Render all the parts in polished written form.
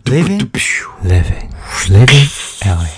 Living LA。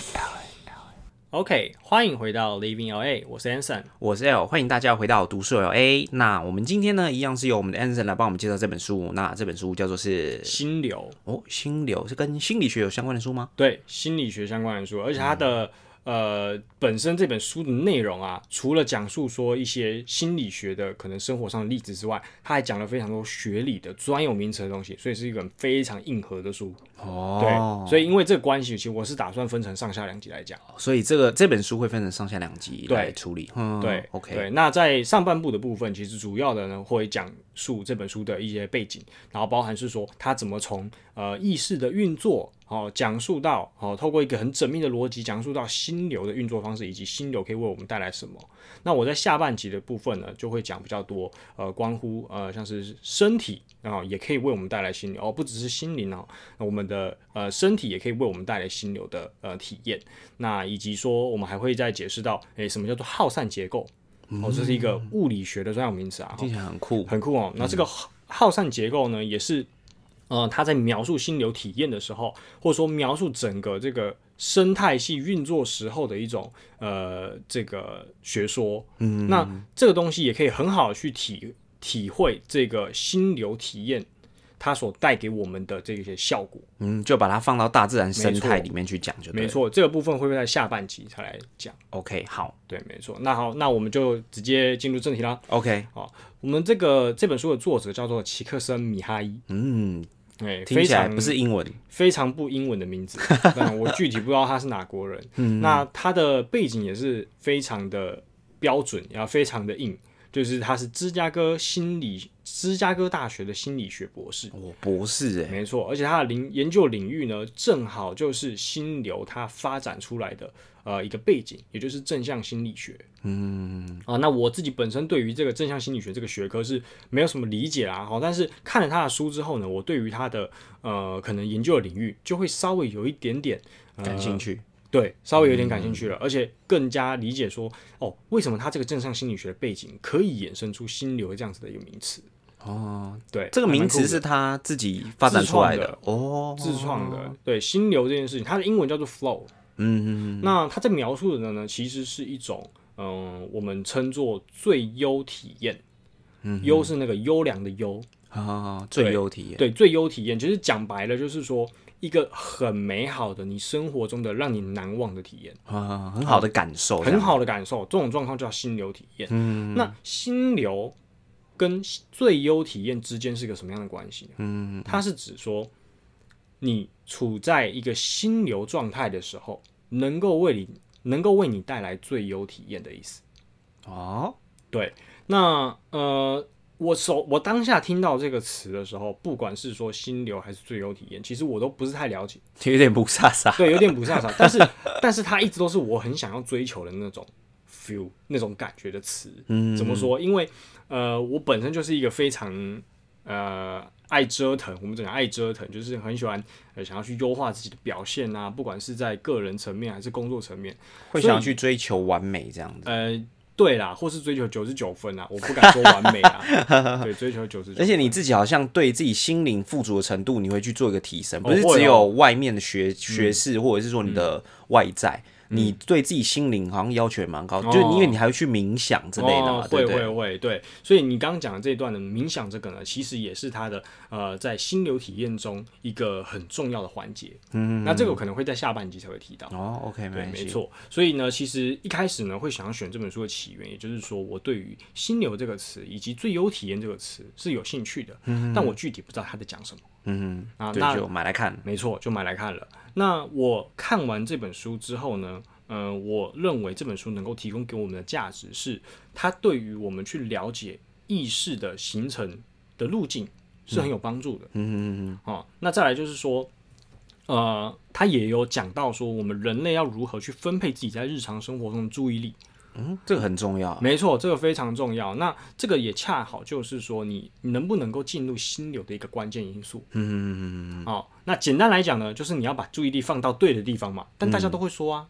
OK， 欢迎回到 Living LA， 我是 Anson， 我是 L， 欢迎大家回到读书 LA。那我们今天呢，一样是由我们的 Anson 来帮我们介绍这本书。那这本书叫做是心流哦，心流是跟心理学有相关的书吗？ 对，心理学相关的书，而且它的本身这本书的内容啊，除了讲述说一些心理学的可能生活上的例子之外，它还讲了非常多学理的专有名词的东西，所以是一本非常硬核的书。对，所以因为这个关系，其实我是打算分成上下两集来讲。 所以这本书会分成上下两集来处理。 对 ，OK。 对，那在上半部的部分，其实主要的呢会讲述这本书的一些背景，然后包含是说它怎么从意识的运作，讲述到透过一个很缜密的逻辑讲述到心流的运作方式，以及心流可以为我们带来什么。那我在下半集的部分呢，就会讲比较多关乎像是身体也可以为我们带来心流不只是心灵我们的身体也可以为我们带来心流的体验。那以及说我们还会再解释到什么叫做耗散结构。这是一个物理学的专有名词啊， 听起来很酷， 很酷哦。那这个耗散结构呢，也是他在描述心流体验的时候，或者说描述整个这个生态系运作时候的一种这个学说。那这个东西也可以很好的去体会这个心流体验它所带给我们的这些效果。 就把它放到大自然生态里面去讲就对了。 没错，这个部分会不会在下半集才来讲 ？OK， 好， 对，没错。那好，那我们就直接进入正题啦。 OK， 好，我们这本书的作者叫做齐克森·米哈伊。 听起来不是英文， 非常不英文的名字，但我具体不知道他是哪国人。那他的背景也是非常的标准，也非常的硬，就是他是芝加哥大学的心理学博士。 博士没错，而且他的研究领域呢，正好就是心流它发展出来的一个背景，也就是正向心理学。那我自己本身对于这个正向心理学这个学科是没有什么理解啦，但是看了他的书之后呢，我对于他的可能研究的领域就会稍微有一点点感兴趣。 对，稍微有点感兴趣了，而且更加理解说，为什么他这个正向心理学的背景可以衍生出心流这样子的一个名词。对， 这个名词是他自己发展出来的自创的。对，心流这件事情，它的英文叫做 flow。那他在描述的呢，其实是一种我们称作最优体验。优是那个优良的优， 最优体验。 对，最优体验，就是讲白了，就是说一个很美好的你生活中的让你难忘的体验， 很好的感受， 很好的感受，这种状况叫心流体验。那心流跟最优体验之间是个什么样的关系呢？它是指说你处在一个心流状态的时候，能够为你带来最优体验的意思。对，那我当下听到这个词的时候，不管是说心流还是最优体验，其实我都不是太了解， 有点不飒飒。 对，有点不飒飒。但是它一直都是我很想要追求的那种 feel， 那种感觉的词。怎么说？因为我本身就是一个非常爱折腾，我们讲爱折腾，就是很喜欢想要去优化自己的表现啊，不管是在个人层面还是工作层面， 会想要去追求完美这样子。 对啦，或是追求99分啊，我不敢说完美啊。对，追求99分。 而且你自己好像对自己心灵富足的程度，你会去做一个提升，不是只有外面的学识，或者是说你的外在。你对自己心灵好像要求也蛮高，就是因为你还会去冥想之类的嘛，对不对？ 会，对。所以你刚刚讲的这一段的冥想这个呢，其实也是它的在心流体验中一个很重要的环节。那这个可能会在下半集才会提到。 OK， 对，没错。所以呢，其实一开始呢，会想要选这本书的起源，也就是说，我对于心流这个词以及最优体验这个词是有兴趣的，但我具体不知道他在讲什么。 那就买来看。 没错，就买来看了。那我看完这本书之后呢，我认为这本书能够提供给我们的价值是，它对于我们去了解意识的形成的路径是很有帮助的。那再来就是说，他也有讲到说，我们人类要如何去分配自己在日常生活中的注意力。 这个很重要。 没错，这个非常重要。那这个也恰好就是说，你能不能够进入心流的一个关键因素。那简单来讲呢，就是你要把注意力放到对的地方嘛。但大家都会说啊，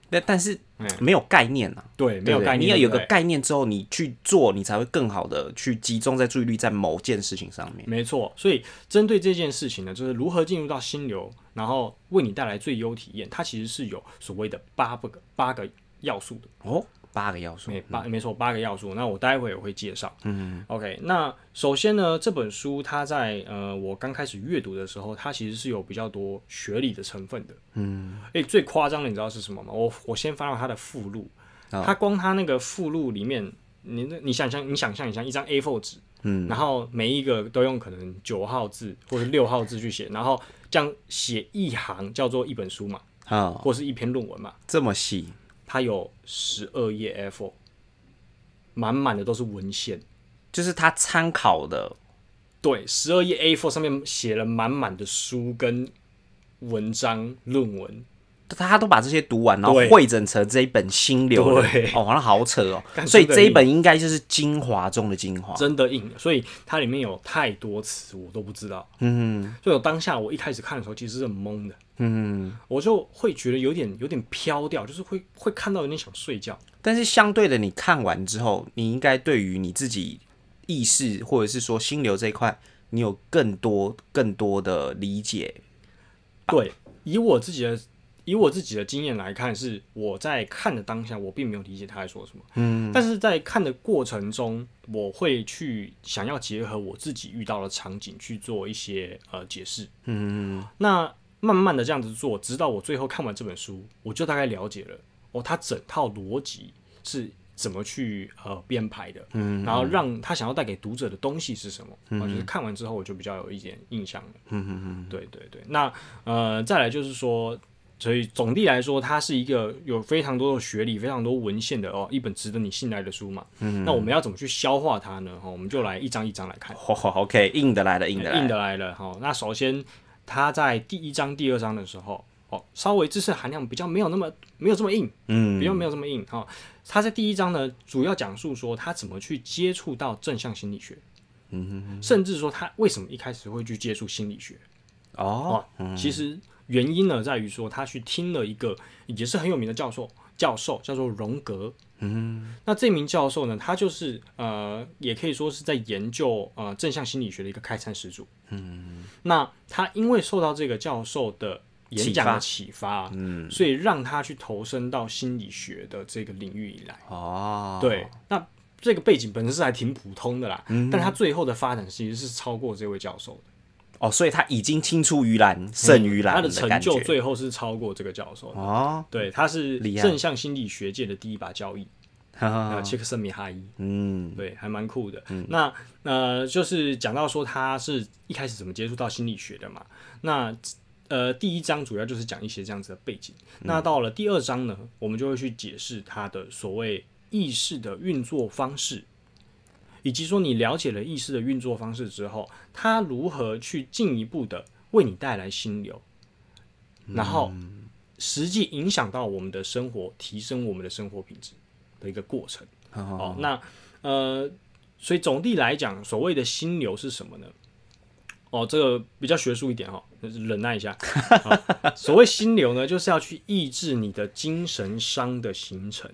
但是没有概念啊， 对，没有概念， 你要有个概念之后，你去做，你才会更好的去集中在注意力在某件事情上面。 没错，所以针对这件事情呢，就是如何进入到心流，然后为你带来最优体验，它其实是有所谓的八个要素的哦。8个要素， 没错，8个要素。那我待会也会介绍。OK， 那首先呢，这本书它在我刚开始阅读的时候，它其实是有比较多学理的成分的。最夸张的你知道是什么吗？我先翻到它的附录，它光它那个附录里面，你想象一下，一张 A4 纸，然后每一个都用可能9号字或者6号字去写，然后这样写一行叫做一本书嘛，或是一篇论文嘛， 这么细。 它有12页 A4， 满满的都是文献， 就是他参考的。 对，12页 A4 上面写了满满的书跟文章论文， 他都把这些读完，然后汇整成这一本心流。 对， 哦，那好扯哦。所以这一本应该就是精华中的精华， 真的硬。所以它里面有太多词我都不知道。所以我当下我一开始看的时候其实是很懵的。我就会觉得有点飘掉，就是会看到有点想睡觉。 但是相对的，你看完之后，你应该对于你自己意识或者是说心流这一块，你有更多的理解。 对，以我自己的经验来看，是我在看的当下，我并没有理解他在说什么。但是在看的过程中，我会去想要结合我自己遇到的场景去做一些解释。那慢慢的这样子做，直到我最后看完这本书，我就大概了解了他整套逻辑是怎么去编排的，然后让他想要带给读者的东西是什么。就是看完之后，我就比较有一点印象了。对。那再来就是说，所以总的来说，它是一个有非常多的学理、非常多文献的一本值得你信赖的书嘛。那我们要怎么去消化它呢？我们就来一张一张来看。 OK， 硬的来了。 那首先，它在第1章、第2章的时候，稍微知识含量比较没有这么硬，比较没有这么硬。它在第1章呢，主要讲述说他怎么去接触到正向心理学，甚至说他为什么一开始会去接触心理学。其实原因呢，在于说他去听了一个也是很有名的教授叫做荣格。那这名教授呢，他就是也可以说是在研究正向心理学的一个开山始祖。那他因为受到这个教授的演讲的启发，所以让他去投身到心理学的这个领域以来。对，那这个背景本身是还挺普通的啦，但他最后的发展其实是超过这位教授的。 所以他已经青出于蓝胜于蓝他的成就最后是超过这个教授的。对，他是正向心理学界的第一把交椅。切克森米哈伊，对，还蛮酷的。那就是讲到说他是一开始怎么接触到心理学的嘛。那第1章主要就是讲一些这样子的背景。那到了第2章呢，我们就会去解释他的所谓意识的运作方式，以及说你了解了意识的运作方式之后，他如何去进一步的为你带来心流，然后实际影响到我们的生活，提升我们的生活品质的一个过程。那所以总的来讲，所谓的心流是什么呢？这个比较学术一点忍耐一下。所谓心流呢，就是要去抑制你的精神伤的形成，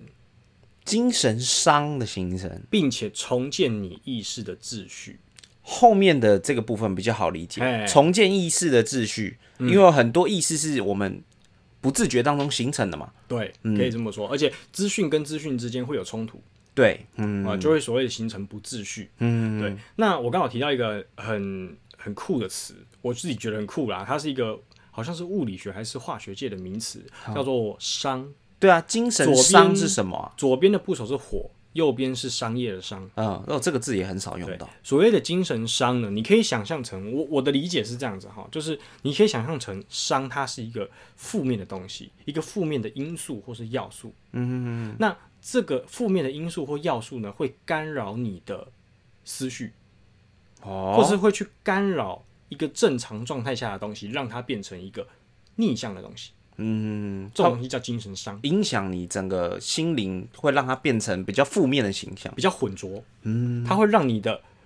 并且重建你意识的秩序。 后面的这个部分比较好理解，重建意识的秩序，因为有很多意识是我们不自觉当中形成的嘛。 对，可以这么说。而且资讯跟资讯之间会有冲突。 对， 就会所谓的形成不秩序。对。那我刚好提到一个很酷的词，我自己觉得很酷啦。它是一个好像是物理学还是化学界的名词，叫做商。 对啊，精神商是什么啊？ 左边的部首是火，右边是商业的商。 这个字也很少用到。 所谓的精神伤呢，你可以想象成我的理解是这样子就是你可以想象成伤，它是一个负面的东西，一个负面的因素或是要素。那这个负面的因素或要素呢，会干扰你的思绪，或是会去干扰一个正常状态下的东西，让它变成一个逆向的东西。这种东西叫精神伤， 影响你整个心灵，会让它变成比较负面的形象， 比较浑浊。它会让你的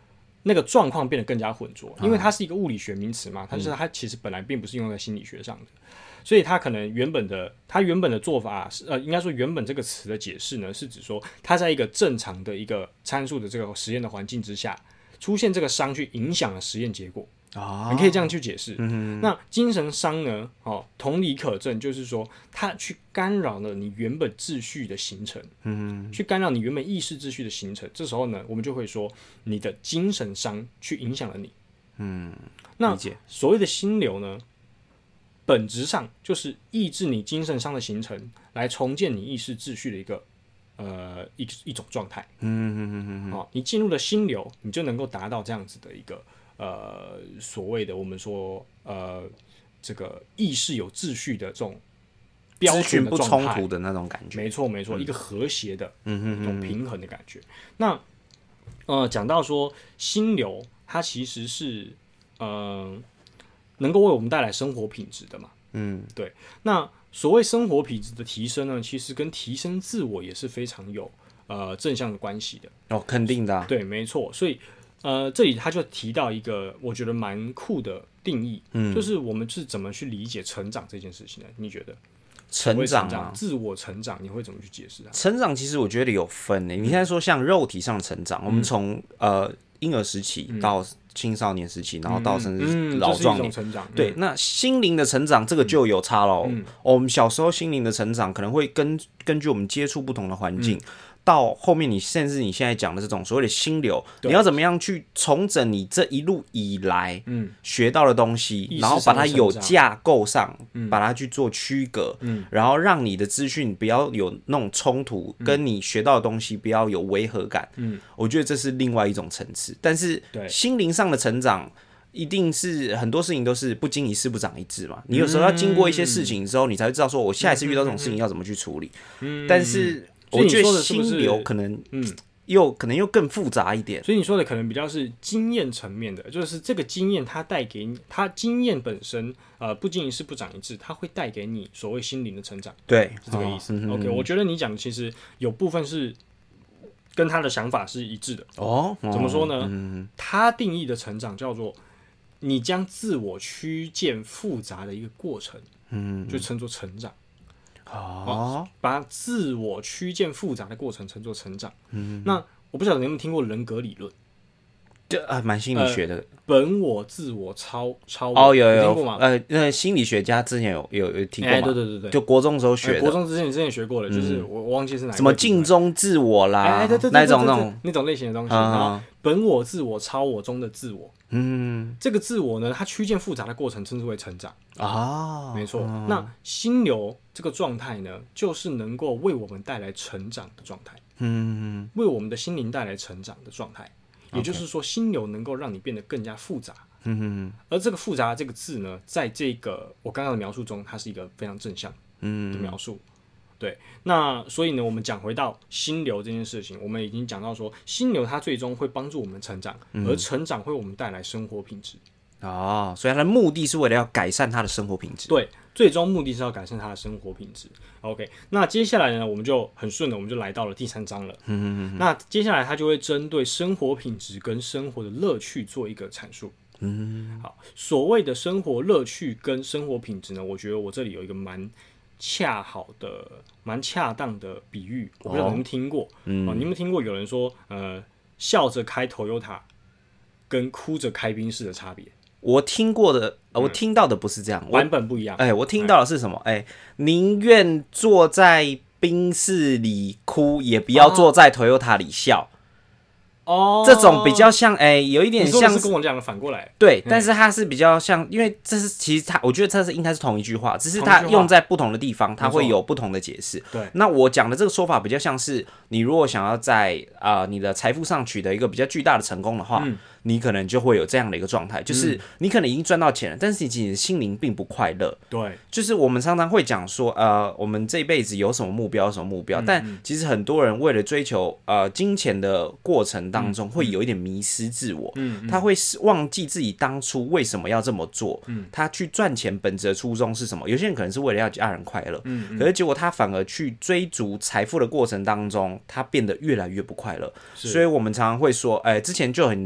那个状况变得更加浑浊，因为它是一个物理学名词嘛，它其实本来并不是用在心理学上的，所以它可能原本的做法是应该说原本这个词的解释呢，是指说它在一个正常的一个参数的这个实验的环境之下，出现这个伤去影响了实验结果。你可以这样去解释。那精神伤呢？同理可证，就是说它去干扰了你原本秩序的形成，去干扰你原本意识秩序的形成。这时候呢，我们就会说你的精神伤去影响了你。那所谓的心流呢，本质上就是抑制你精神伤的形成，来重建你意识秩序的一种状态。你进入了心流，你就能够达到这样子的一个。所谓的我们说这个意识有秩序的这种标准的状态， 不冲突的那种感觉， 没错，一个和谐的一种平衡的感觉。那讲到说心流，它其实是能够为我们带来生活品质的嘛，对。那所谓生活品质的提升呢，其实跟提升自我也是非常有正向的关系的。 肯定的对，没错，所以。这里他就提到一个我觉得蛮酷的定义，就是我们是怎么去理解成长这件事情呢？你觉得成长自我成长，你会怎么去解释它？ 成长其实我觉得有分你现在说像肉体上成长，我们从婴儿时期到青少年时期，然后到甚至老壮年，对，那心灵的成长这个就有差咯。我们小时候心灵的成长可能会根据我们接触不同的环境。到后面甚至你现在讲的这种所谓的心流，你要怎么样去重整你这一路以来学到的东西，然后把它有架构上，把它去做区隔，然后让你的资讯不要有那种冲突，跟你学到的东西不要有违和感。我觉得这是另外一种层次。但是心灵上的成长，一定是很多事情都是不经一事不长一智嘛。你有时候要经过一些事情之后，你才会知道说我下一次遇到这种事情要怎么去处理。但是我觉得心流可能又更复杂一点， 所以你说的可能比较是经验层面的，就是这个经验它带给你，它经验本身不经一事不长一智，它会带给你所谓心灵的成长， 对， 是这个意思。OK， 我觉得你讲的其实有部分是跟他的想法是一致的。怎么说呢？他定义的成长叫做你将自我曲建复杂的一个过程，就称作成长。把自我曲建复杂的过程称作成长。那我不晓得你有没有听过人格理论？ 就蛮心理学的。 本我、自我、超我。 有听过吗？ 那心理学家之前有听过吗？ 对， 就国中时候学的。 国中之前学过的，就是我忘记是哪一个。 什么镜中自我啦，那种类型的东西。然后本我、自我、超我中的自我。这个自我呢，它曲建复杂的过程称之为成长。没错。那心流这个状态呢，就是能够为我们带来成长的状态。为我们的心灵带来成长的状态。也就是说，心流能够让你变得更加复杂。而这个复杂这个字呢，在这个我刚刚的描述中，它是一个非常正向的描述。对，那所以呢，我们讲回到心流这件事情，我们已经讲到说，心流它最终会帮助我们成长，而成长会为我们带来生活品质。 所以它的目的是为了要改善他的生活品质。 对，最终目的是要改善他的生活品质。OK， 那接下来呢，我们就很顺的，我们就来到了第3章了。那接下来他就会针对生活品质跟生活的乐趣做一个阐述。好，所谓的生活乐趣跟生活品质呢，我觉得我这里有一个蛮恰当的比喻，我不知道你们听过。你有没有听过有人说，笑着开 Toyota 跟哭着开宾士的差别？ 我听过的，我听到的不是这样， 版本不一样。 我听到的是什么？宁愿坐在宾士里哭，也不要坐在 Toyota 里笑。这种比较像，有一点像是跟我讲的反过来。 对，但是它是比较像，因为这是其实我觉得这是应该是同一句话，只是它用在不同的地方，它会有不同的解释。 对， 那我讲的这个说法比较像是，你如果想要在你的财富上取得一个比较巨大的成功的话。你可能就会有这样的一个状态，就是你可能已经赚到钱了，但是你其实心灵并不快乐。 对， 就是我们常常会讲说，我们这一辈子有什么目标，但其实很多人为了追求金钱的过程当中，会有一点迷失自我。他会忘记自己当初为什么要这么做。他去赚钱本质的初衷是什么？有些人可能是为了要家人快乐，可是结果他反而去追逐财富的过程当中，他变得越来越不快乐。所以我们常常会说，之前就很流行。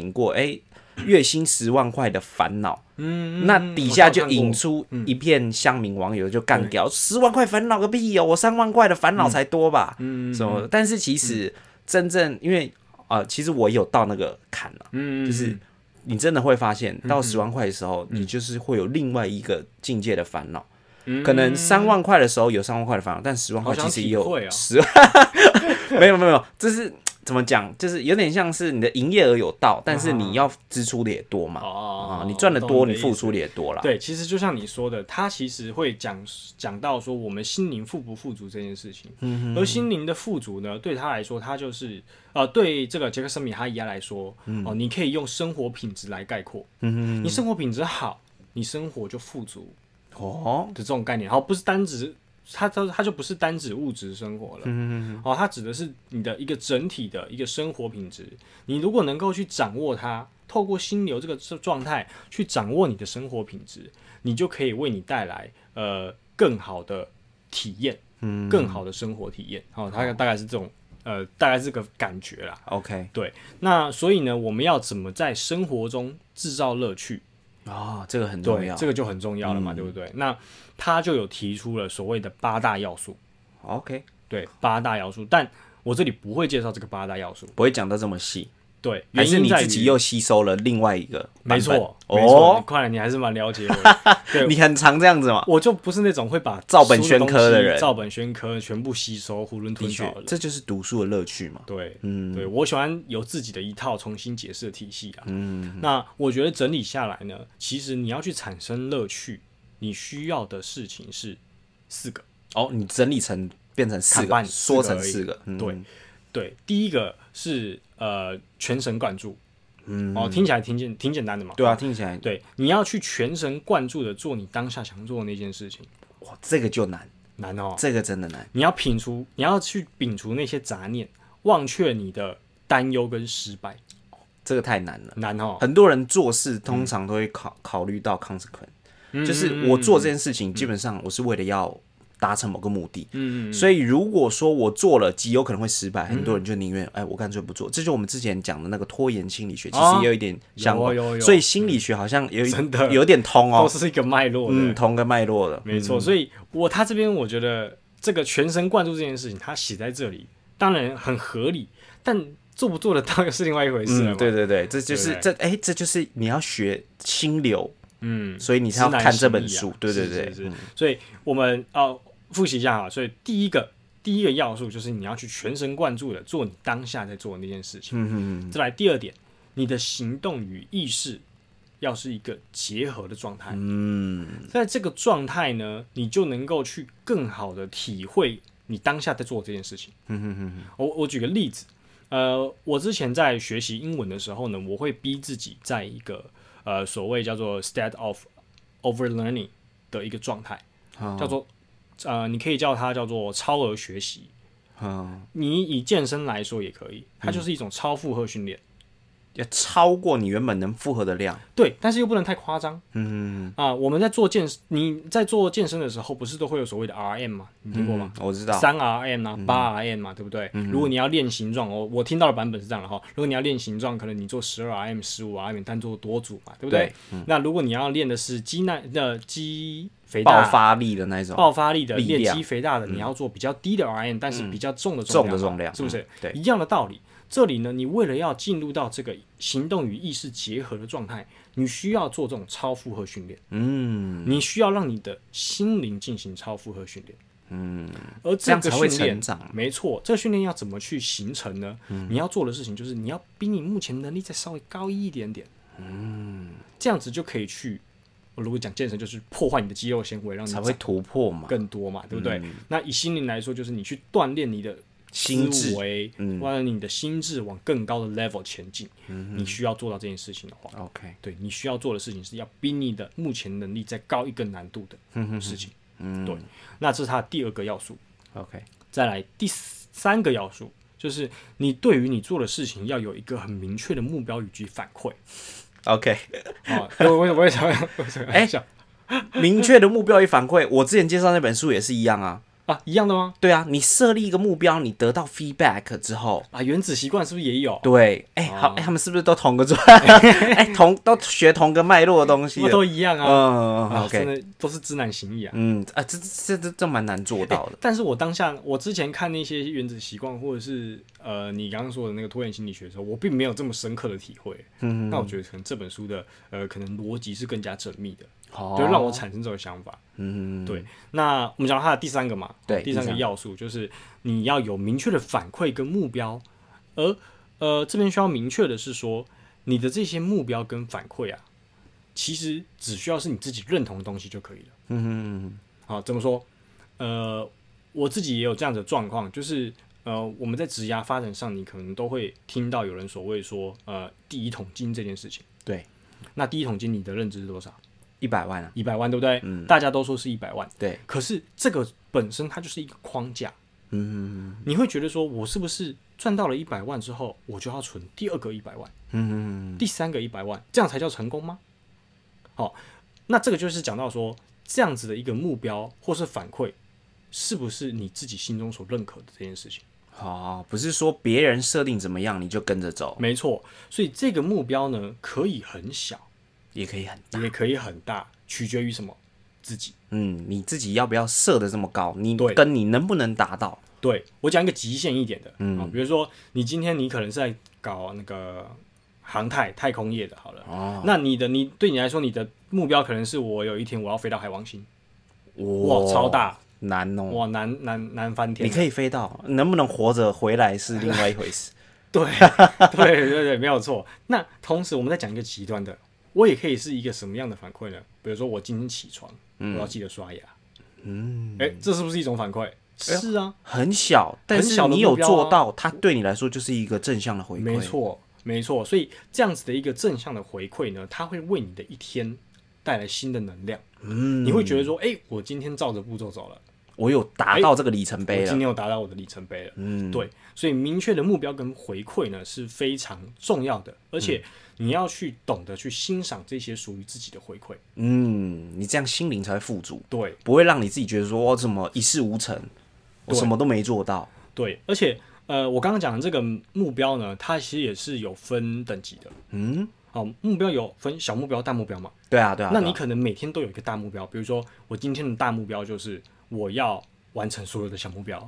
评过，月薪10万块的烦恼，那底下就引出一片乡民网友就干掉，10万块烦恼个屁哦，我3万块的烦恼才多吧，什么？但是其实真正因为其实我有到那个坎了，就是你真的会发现到10万块的时候，你就是会有另外一个境界的烦恼。可能3万块的时候有3万块的烦恼，但10万块其实也有10万，没有，这是怎么讲？就是有点像是你的营业额有到，但是你要支出的也多嘛。你赚的多，你付出的也多啦。 对，其实就像你说的，他其实会讲到说我们心灵富不富足这件事情。而心灵的富足呢，对他来说，他就是对这个杰克森米哈伊亚来说，你可以用生活品质来概括。你生活品质好，你生活就富足。的这种概念，好，不是单指它就不是单指物质生活了，它指的是你的一个整体的一个生活品质。你如果能够去掌握它，透过心流这个状态去掌握你的生活品质，你就可以为你带来更好的体验，更好的生活体验。它大概是这种大概是这个感觉啦。 OK， 对，那所以呢，我们要怎么在生活中制造乐趣？ 这个很重要， 这个就很重要了嘛，对不对？那他就有提出了所谓的8大要素。 OK， 对，8大要素，但我这里不会介绍这个8大要素， 不会讲到这么细。 对， 还是你自己又吸收了另外一个版本？ 没错，没错，看来你还是蛮了解我的。对， 你很常这样子嘛？ 我就不是那种会把照本宣科的人， 照本宣科全部吸收、囫囵吞枣的人。 这就是读书的乐趣嘛。 对，对我喜欢有自己的一套重新解释的体系啊。那我觉得整理下来呢，其实你要去产生乐趣，你需要的事情是4个。 你整理成变成4个，说成4个。 对，第一个是全神贯注。听起来挺简单的嘛。 对啊，听起来。 对，你要去全神贯注的做你当下想做的那件事情。 哇，这个就难哦， 这个真的难。 你要去摒除那些杂念，忘却你的担忧跟失败。 这个太难了， 难哦。 很多人做事通常都会考虑到 consequence，就是我做这件事情，基本上我是为了要达成某个目的，所以如果说我做了极有可能会失败，很多人就宁愿我干脆不做。这就我们之前讲的那个拖延心理学，其实也有一点相关，所以心理学好像有点通都是一个脉络的， 同个脉络的， 没错。所以他这边我觉得这个全神贯注这件事情，他写在这里，当然很合理，但做不做得到又是另外一回事了嘛。 对，这就是这就是你要学心流，所以你才要看这本书，对， 所以我们复习一下哈，所以第一个要素就是你要去全神贯注的做你当下在做的那件事情。再来第2点，你的行动与意识要是一个结合的状态。在这个状态呢，你就能够去更好的体会你当下在做这件事情。我举个例子，我之前在学习英文的时候呢，我会逼自己在一个所谓叫做 state of overlearning 的一个状态，叫做你可以叫它叫做超额学习。你以健身来说也可以，它就是一种超负荷训练， 要超过你原本能负荷的量。 对，但是又不能太夸张。我们在做你在做健身的时候，不是都会有所谓的 RM 吗？你听过吗？ 我知道 3RM 啊，8RM 嘛，对不对？如果你要练形状，我听到的版本是这样的哈。如果你要练形状，可能你做12RM、15RM，但做多组嘛，对不对？那如果你要练的是肌肥大爆发力的那种， 爆发力的练肌肥大的，你要做比较低的 RM，但是比较重的重量，是不是？ 对， 一样的道理。这里呢，你为了要进入到这个行动与意识结合的状态，你需要做这种超负荷训练。你需要让你的心灵进行超负荷训练。而这个训练，没错，这个训练要怎么去形成呢？你要做的事情就是你要比你目前能力再稍微高一点点。这样子就可以去。如果讲健身，就是破坏你的肌肉纤维，让你才会突破嘛， 更多嘛，对不对？那以心灵来说，就是你去锻炼你的思维，让你的心智往更高的 level 前进。你需要做到这件事情的话，OK， 对，你需要做的事情是要比你的目前能力再高一个难度的事情。对，那这是它的第2个要素。 OK， 再来第3个要素，就是你对于你做的事情要有一个很明确的目标以及反馈。 OK， 我也想， 明确的目标与反馈，我之前介绍那本书也是一样啊。 啊，一样的吗？ 对啊，你设立一个目标，你得到 feedback 之后啊，原子习惯是不是也有？ 对，好，他们是不是都同个都学同个脉络的东西？ 都一样啊。 OK， 真的都是知难行易啊。 这蛮难做到的。 但是我之前看那些原子习惯，或者是你刚刚说的那个拖延心理学的时候，我并没有这么深刻的体会。那我觉得可能这本书的可能逻辑是更加缜密的，就让我产生这种想法。对。那我们讲到它的第三个嘛， 对， 第三个要素就是你要有明确的反馈跟目标，而这边需要明确的是说，你的这些目标跟反馈啊，其实只需要是你自己认同的东西就可以了。好，怎么说？我自己也有这样的状况，就是我们在职涯发展上，你可能都会听到有人所谓说，第一桶金这件事情。 对， 那第一桶金你的认知是多少 ？100万啊 ，100万，对不对？大家都说是100万， 对。 可是这个本身它就是一个框架。你会觉得说，我是不是赚到了100万之后，我就要存第二个100万，第三个100万，这样才叫成功吗？好，那这个就是讲到说，这样子的一个目标或是反馈，是不是你自己心中所认可的这件事情？ 不是说别人设定怎么样你就跟着走。 没错，所以这个目标呢，可以很小， 也可以很大， 也可以很大，取决于什么？自己。 你自己要不要设的这么高？你跟你能不能达到？ 对，我讲一个极限一点的，比如说你今天你可能是在搞那个太空业的，好了，那你对你来说，你的目标可能是我有一天我要飞到海王星，哇，超大。 难哦， 哇，难翻天！ 你可以飞到，能不能活着回来是另外一回事。 对，没有错。那同时我们再讲一个极端的，我也可以是一个什么样的反馈呢？比如说我今天起床，我要记得刷牙。这是不是一种反馈？是啊， 很小，但是你有做到，它对你来说就是一个正向的回馈。 没错。所以这样子的一个正向的回馈呢，它会为你的一天带来新的能量。你会觉得说，我今天照着步骤走了。 我有达到这个里程碑了， 我今天有达到我的里程碑了。对，所以明确的目标跟回馈呢是非常重要的，而且你要去懂得去欣赏这些属于自己的回馈。 你这样心灵才会富足， 对， 不会让你自己觉得说我怎么一事无成，我什么都没做到。 对，而且我刚刚讲的这个目标呢，它其实也是有分等级的。好，目标有分小目标、大目标嘛？ 对啊。 那你可能每天都有一个大目标，比如说我今天的大目标就是我要完成所有的小目标。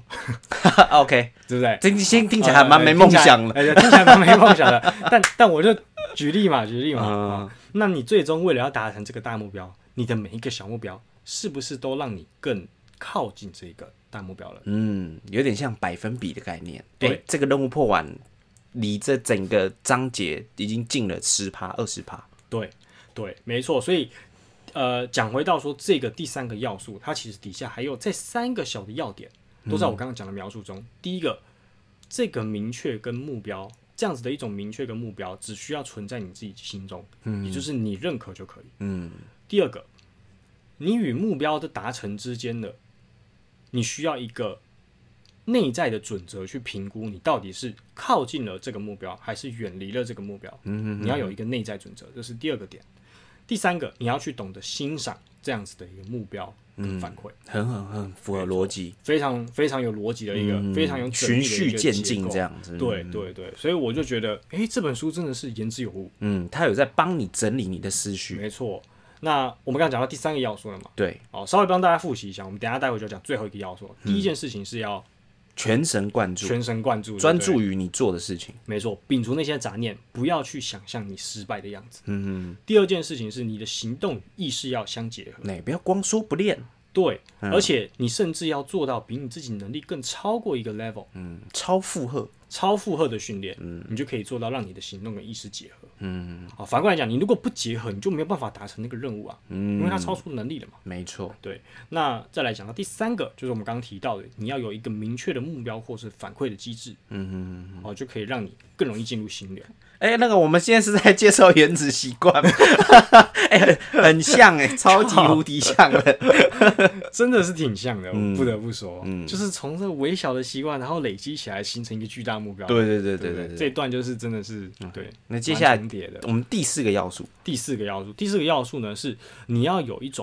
OK， 对不对？ 听起来还蛮没梦想的， 听起来蛮没梦想的。但我就举例嘛。那你最终为了要达成这个大目标，你的每一个小目标是不是都让你更靠近这个大目标了？ 有点像百分比的概念。 对， 这个任务破完，离这整个章节已经进了10%、20%。 对，没错。所以讲回到说这个第三个要素，它其实底下还有这3个小的要点，都在我刚刚讲的描述中。第一个，这个明确跟目标，这样子的一种明确跟目标，只需要存在你自己心中，也就是你认可就可以。第二个，你与目标的达成之间的，你需要一个内在的准则去评估，你到底是靠近了这个目标，还是远离了这个目标。你要有一个内在准则，这是第二个点。第三个，你要去懂得欣赏这样子的一个目标跟反馈， 很符合逻辑， 非常非常有逻辑的一个，非常有循序渐进这样子。 对，所以我就觉得，这本书真的是言之有物。 他有在帮你整理你的思绪。 没错。那我们刚刚讲到第3个要素了嘛？ 对。 稍微帮大家复习一下，我们待会就讲最后一个要素。第一件事情是要全神贯注，专注于你做的事情。 没错，摒除那些杂念，不要去想象你失败的样子。第二件事情是你的行动与意识要相结合， 不要光说不练。 对，而且你甚至要做到比你自己能力更超过一个 level， 超负荷的训练，你就可以做到让你的行动跟意识结合。好，反过来讲，你如果不结合，你就没有办法达成那个任务啊，因为它超出能力了嘛。 没错， 对。那再来讲到第3个，就是我们刚刚提到的，你要有一个明确的目标或是反馈的机制，就可以让你更容易进入心流。 那个我们现在是在介绍原子习惯，很像超级无敌像的， 真的是挺像的，我不得不说，就是从这微小的习惯，然后累积起来形成一个巨大目标。 对， 这一段就是真的是对。 那接下来我们第4个要素， 第四个要素呢是你要有一种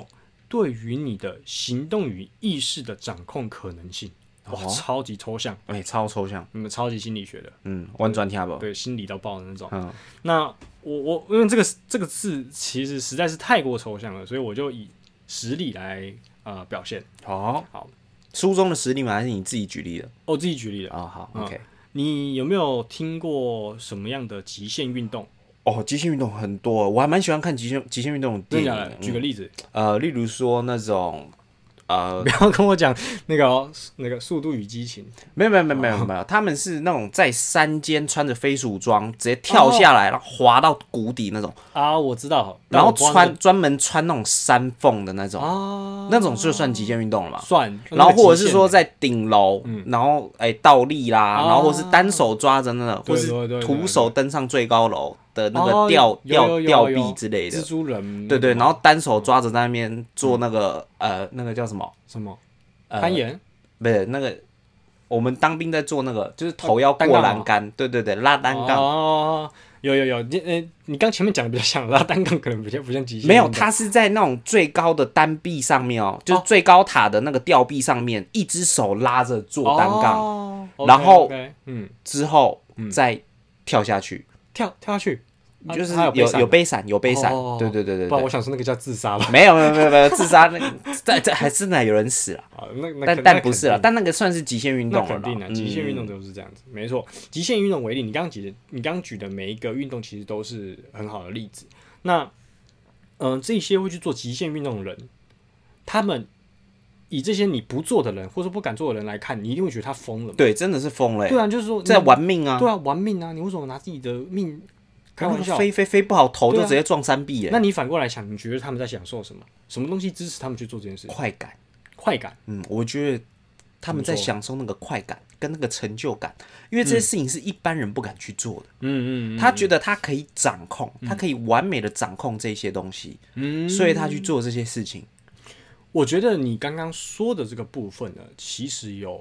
对于你的行动与意识的掌控可能性。哇，超级抽象， 超抽象， 你们超级心理学的， 完全听不懂， 对，心理到爆的那种。那我因为这个字其实实在是太过抽象了，所以我就以实例来表现。好， 书中的实例吗？还是你自己举例的？ 我自己举例的。 好 ，OK。 你有没有听过什么样的极限运动？ 极限运动很多，我还蛮喜欢看极限运动的电影。 举个例子， 例如说那种。 不要跟我讲那个速度与激情， 没有，他们是那种在山间穿着飞鼠装直接跳下来，然后滑到谷底那种啊，我知道， 然后专门穿那种山缝的那种那种就算极限运动了嘛？ 算， 然后或者是说在顶楼，然后倒立啦，然后或是单手抓着那个，或是徒手登上最高楼。的那个吊臂之类的， 蜘蛛人， 对，然后单手抓着在那边做那个那个叫什么攀岩， 不是那个我们当兵在做那个，就是头要过栏杆，对，拉单杠。 有，你刚前面讲的比较像拉单杠，可能比较不像极限。 没有，他是在那种最高的单臂上面就是最高塔的那个吊臂上面，一只手拉着做单杠，然后之后再跳下去， 跳下去。 就是有背伞，对。 不然我想说那个叫自杀吧。 没有，自杀这还真的有人死了。但不是了，但那个算是极限运动了。 那肯定的，极限运动都是这样子，没错。极限运动为例，你刚举的每一个运动其实都是很好的例子。那这些会去做极限运动的人，他们以这些你不做的人或者不敢做的人来看，你一定会觉得他疯了。 对，真的是疯了。 对啊，就是说在玩命啊。 对啊，玩命啊！你为什么拿自己的命？开玩笑， 飞不好，头就直接撞山壁耶。 那你反过来想，你觉得他们在享受什么？什么东西支持他们去做这件事？ 快感。我觉得他们在享受那个快感跟那个成就感，因为这些事情是一般人不敢去做的。他觉得他可以掌控，他可以完美的掌控这些东西，所以他去做这些事情。 我觉得你刚刚说的这个部分呢，其实有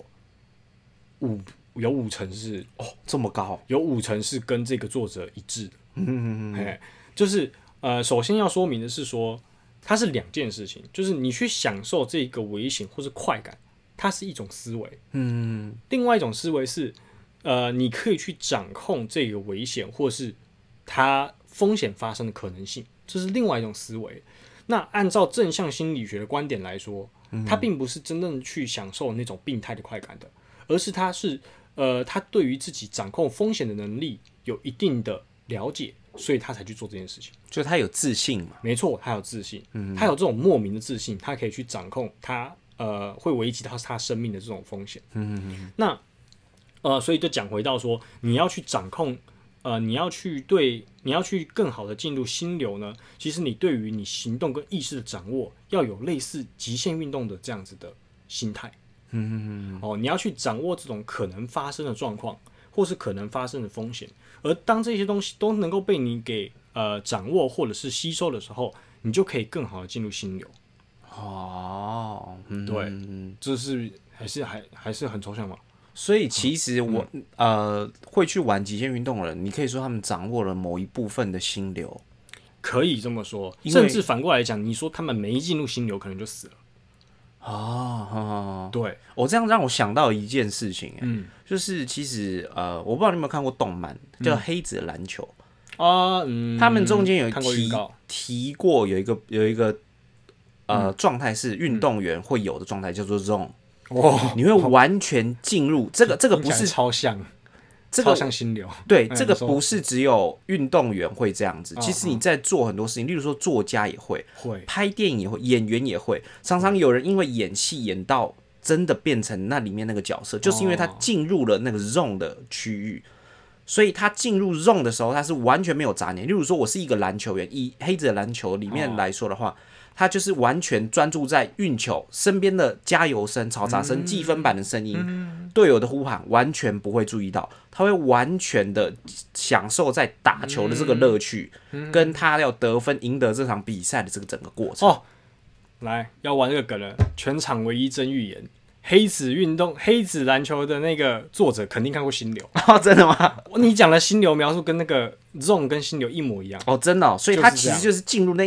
五成是这么高， 有5成是跟这个作者一致的。就是首先要说明的是说，它是2件事情，就是你去享受这个危险或是快感，它是一种思维。另外一种思维是，你可以去掌控这个危险或是它风险发生的可能性，这是另外一种思维。那按照正向心理学的观点来说，它并不是真正去享受那种病态的快感的，而是他对于自己掌控风险的能力有一定的了解，所以他才去做这件事情。 就他有自信嘛？ 没错，他有自信，他有这种莫名的自信，他可以去掌控他会危及到他生命的这种风险。那所以就讲回到说，你要去掌控，你要去更好的进入心流呢，其实你对于你行动跟意识的掌握，要有类似极限运动的这样子的心态。你要去掌握这种可能发生的状况，或是可能发生的风险，而当这些东西都能够被你给掌握或者是吸收的时候，你就可以更好的进入心流。对，这是还是很抽象嘛。 所以其实我会去玩极限运动的人，你可以说他们掌握了某一部分的心流， 可以这么说。甚至反过来讲，你说他们没进入心流，可能就死了。对， 这样让我想到一件事情，就是其实我不知道你有没有看过动漫，叫《黑子的篮球》他们中间有提过有一个状态是运动员会有的状态，叫做 zone。你会完全进入这个不是超像。超像心流， 对，这个不是只有运动员会这样子，其实你在做很多事情，例如说作家也会，拍电影也会，演员也会，常常有人因为演戏演到真的变成那里面那个角色，就是因为他进入了那个 zone 的区域，所以他进入 zone 的时候，他是完全没有杂念。例如说，我是一个篮球员，以黑子的篮球里面来说的话，他就是完全专注在运球，身边的加油声、嘈杂声、计分板的声音、队友的呼喊，完全不会注意到，他会完全的享受在打球的这个乐趣，跟他要得分、赢得这场比赛的这个整个过程。 来，要玩这个梗了，全场唯一真预言。黑子篮球的那个作者肯定看过心流。 真的吗？ 你讲的心流描述跟那个 zone 跟心流一模一样。 真的所以他其实就是进入那个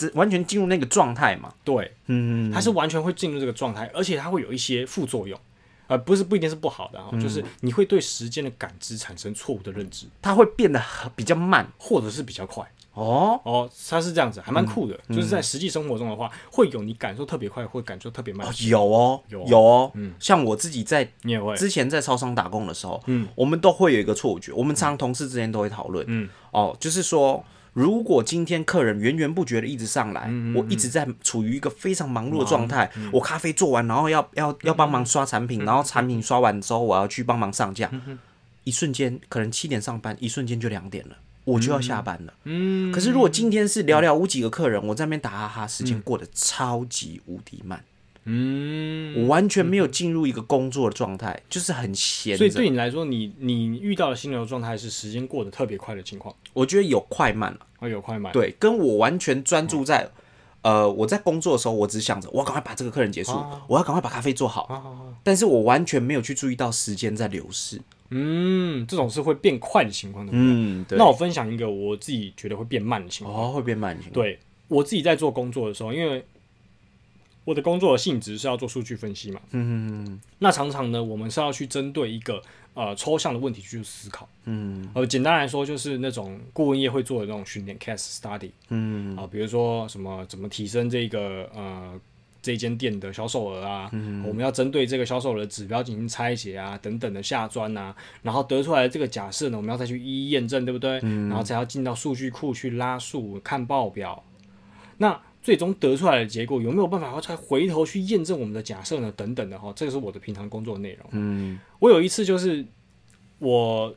完全进入那个状态嘛。 对，它是完全会进入这个状态，而且它会有一些副作用。不一定是不好的就是你会对时间的感知产生错误的认知， 它会变得比较慢， 或者是比较快。它是这样子，还蛮酷的。就是在实际生活中的话，会有你感受特别快，或感受特别慢。 有像我自己在你也会之前在超商打工的时候，我们都会有一个错觉，我们常同事之间都会讨论，就是说。如果今天客人源源不绝的一直上来，我一直在处于一个非常忙碌的状态，我咖啡做完，然后要帮忙刷产品，然后产品刷完之后，我要去帮忙上架，一瞬间可能7点上班，一瞬间就2点了，我就要下班了。可是如果今天是寥寥无几个客人，我在那边打哈哈，时间过得超级无敌慢。我完全没有进入一个工作的状态，就是很闲。 所以对你来说，你遇到的心流状态是时间过得特别快的情况。 我觉得有快慢了， 有快慢。对， 跟我完全专注在，我在工作的时候，我只想着我要赶快把这个客人结束，我要赶快把咖啡做好。但是我完全没有去注意到时间在流逝。 这种是会变快的情况，对不对？对。那我分享一个我自己觉得会变慢的情况。 会变慢的情况。 对，我自己在做工作的时候，因为我的工作的性质是要做数据分析嘛，那常常呢，我们是要去针对一个抽象的问题去思考，简单来说就是那种顾问业会做的那种训练 case study，比如说什么怎么提升这个这间店的销售额啊，我们要针对这个销售额的指标进行拆解啊，等等的下钻啊，然后得出来的这个假设呢，我们要再去一一验证，对不对？然后才要进到数据库去拉数看报表，那最终得出来的结果有没有办法再回头去验证我们的假设呢？等等的这个是我的平常工作内容。我有一次就是我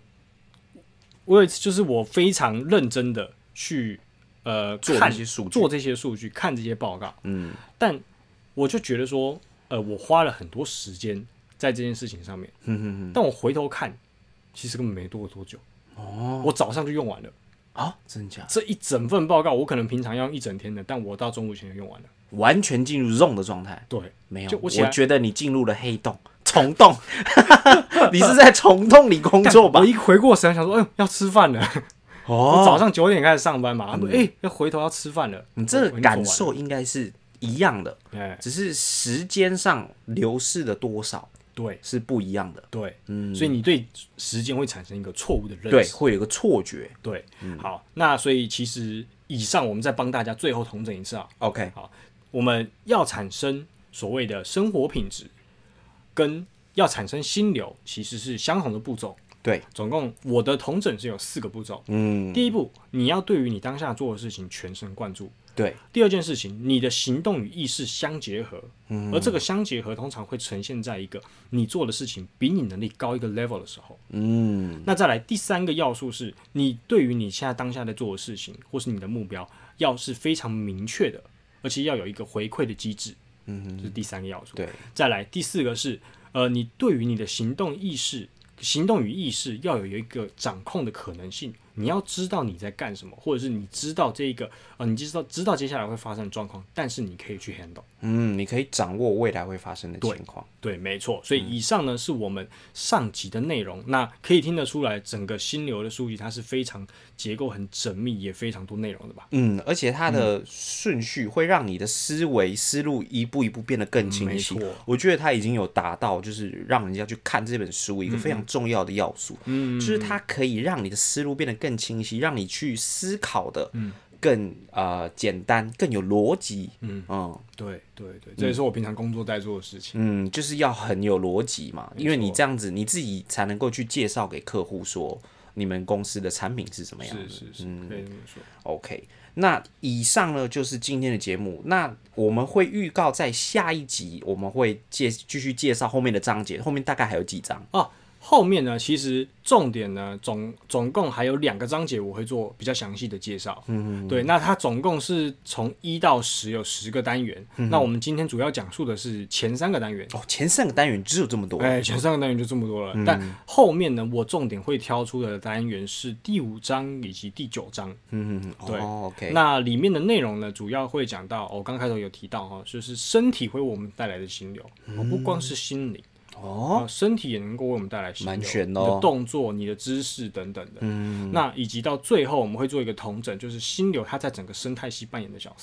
非常认真的去做这些数据，看这些报告。但我就觉得说，我花了很多时间在这件事情上面。但我回头看，其实根本没多久。我早上就用完了。 真假？ 这一整份报告，我可能平常要用一整天的，但我到中午前就用完了， 完全进入 zone 的状态。 对， 没有，我觉得你进入了黑洞、虫洞，你是在虫洞里工作吧？ 我一回过神，想说，要吃饭了。我早上9点开始上班嘛，要回头要吃饭了。 你这个感受应该是一样的，只是时间上流逝的多少。 对， 是不一样的。 对，所以你对时间会产生一个错误的认识， 对，会有一个错觉。 对，好，那所以其实以上我们再帮大家最后统整一次 OK， 好，我们要产生所谓的生活品质，跟要产生心流，其实是相同的步骤。 对， 总共我的统整是有4个步骤。第一步，你要对于你当下做的事情全神贯注。 对， 第二件事情，你的行动与意识相结合，而这个相结合通常会呈现在一个你做的事情比你能力高一个 level 的时候。那再来第3个要素是，你对于你现在当下在做的事情或是你的目标，要是非常明确的，而且要有一个回馈的机制。这是第3个要素。 对， 再来第4个是，你对于你的行动与意识要有一个掌控的可能性，你要知道你在干什么，或者是你知道这个你知道接下来会发生的状况，但是你可以去 handle。 你可以掌握未来会发生的情况。 对，没错。所以以上呢是我们上集的内容。那可以听得出来，整个心流的书籍它是非常结构很缜密，也非常多内容的吧？ 而且它的顺序会让你的思路一步一步变得更清晰。我觉得它已经有达到，就是让人家去看这本书一个非常重要的要素。就是它可以让你的思路变得更清晰，让你去思考的更简单，更有逻辑。 对，这也是我平常工作在做的事情。 就是要很有逻辑嘛，因为你这样子你自己才能够去介绍给客户说你们公司的产品是什么样的。 是，可以这么说。 OK， 那以上呢就是今天的节目。那我们会预告在下一集我们会继续介绍后面的章节，后面大概还有几章后面呢，其实重点呢，总共还有2个章节，我会做比较详细的介绍。对，那它总共是从1到10有10个单元。那我们今天主要讲述的是前3个单元。 前3个单元只有这么多？ 前3个单元就这么多了。但后面呢，我重点会挑出的单元是第5章以及第9章。对 ，OK。 那里面的内容呢，主要会讲到，我刚开头有提到就是身体会为我们带来的心流，不光是心灵。身体也能够为我们带来心流，你的动作、你的姿势等等的。那以及到最后，我们会做一个统整，就是心流它在整个生态系扮演的角色。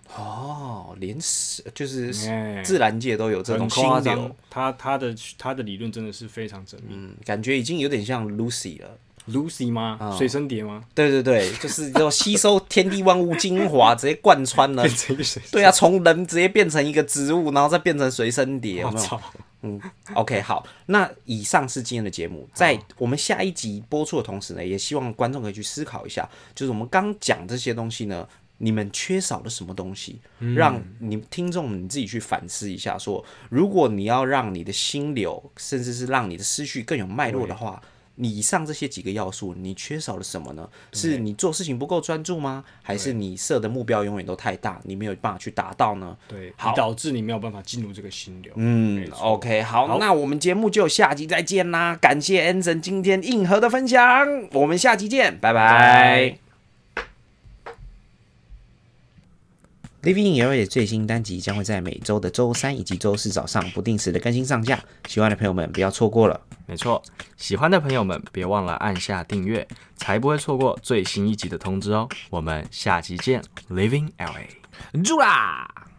哦，连就是自然界都有这种心流， 他的理论真的是非常缜密， 感觉已经有点像 Lucy 了。 Lucy 吗？随身碟吗？ 对对对，就是要吸收天地万物精华，直接贯穿了。 变成一个随身碟。 对啊，从人直接变成一个植物，然后再变成随身碟，有没有？OK， 好，那以上是今天的节目，在我们下一集播出的同时呢，也希望观众可以去思考一下，就是我们刚讲这些东西呢，你们缺少了什么东西，让你听众你自己去反思一下说，如果你要让你的心流，甚至是让你的思绪更有脉络的话，你以上这些几个要素，你缺少了什么呢？是你做事情不够专注吗？还是你设的目标永远都太大，你没有办法去达到呢？ 对，导致你没有办法进入这个心流。 OK， 好，那我们节目就下集再见啦！感谢 Anson 今天硬核的分享，我们下集见，拜拜。Living in LA 的最新单集将会在每周的周三以及周四早上不定时的更新上架，喜欢的朋友们不要错过了。 没错，喜欢的朋友们别忘了按下订阅，才不会错过最新一集的通知哦。我们下集见 ，Living LA， 住啦！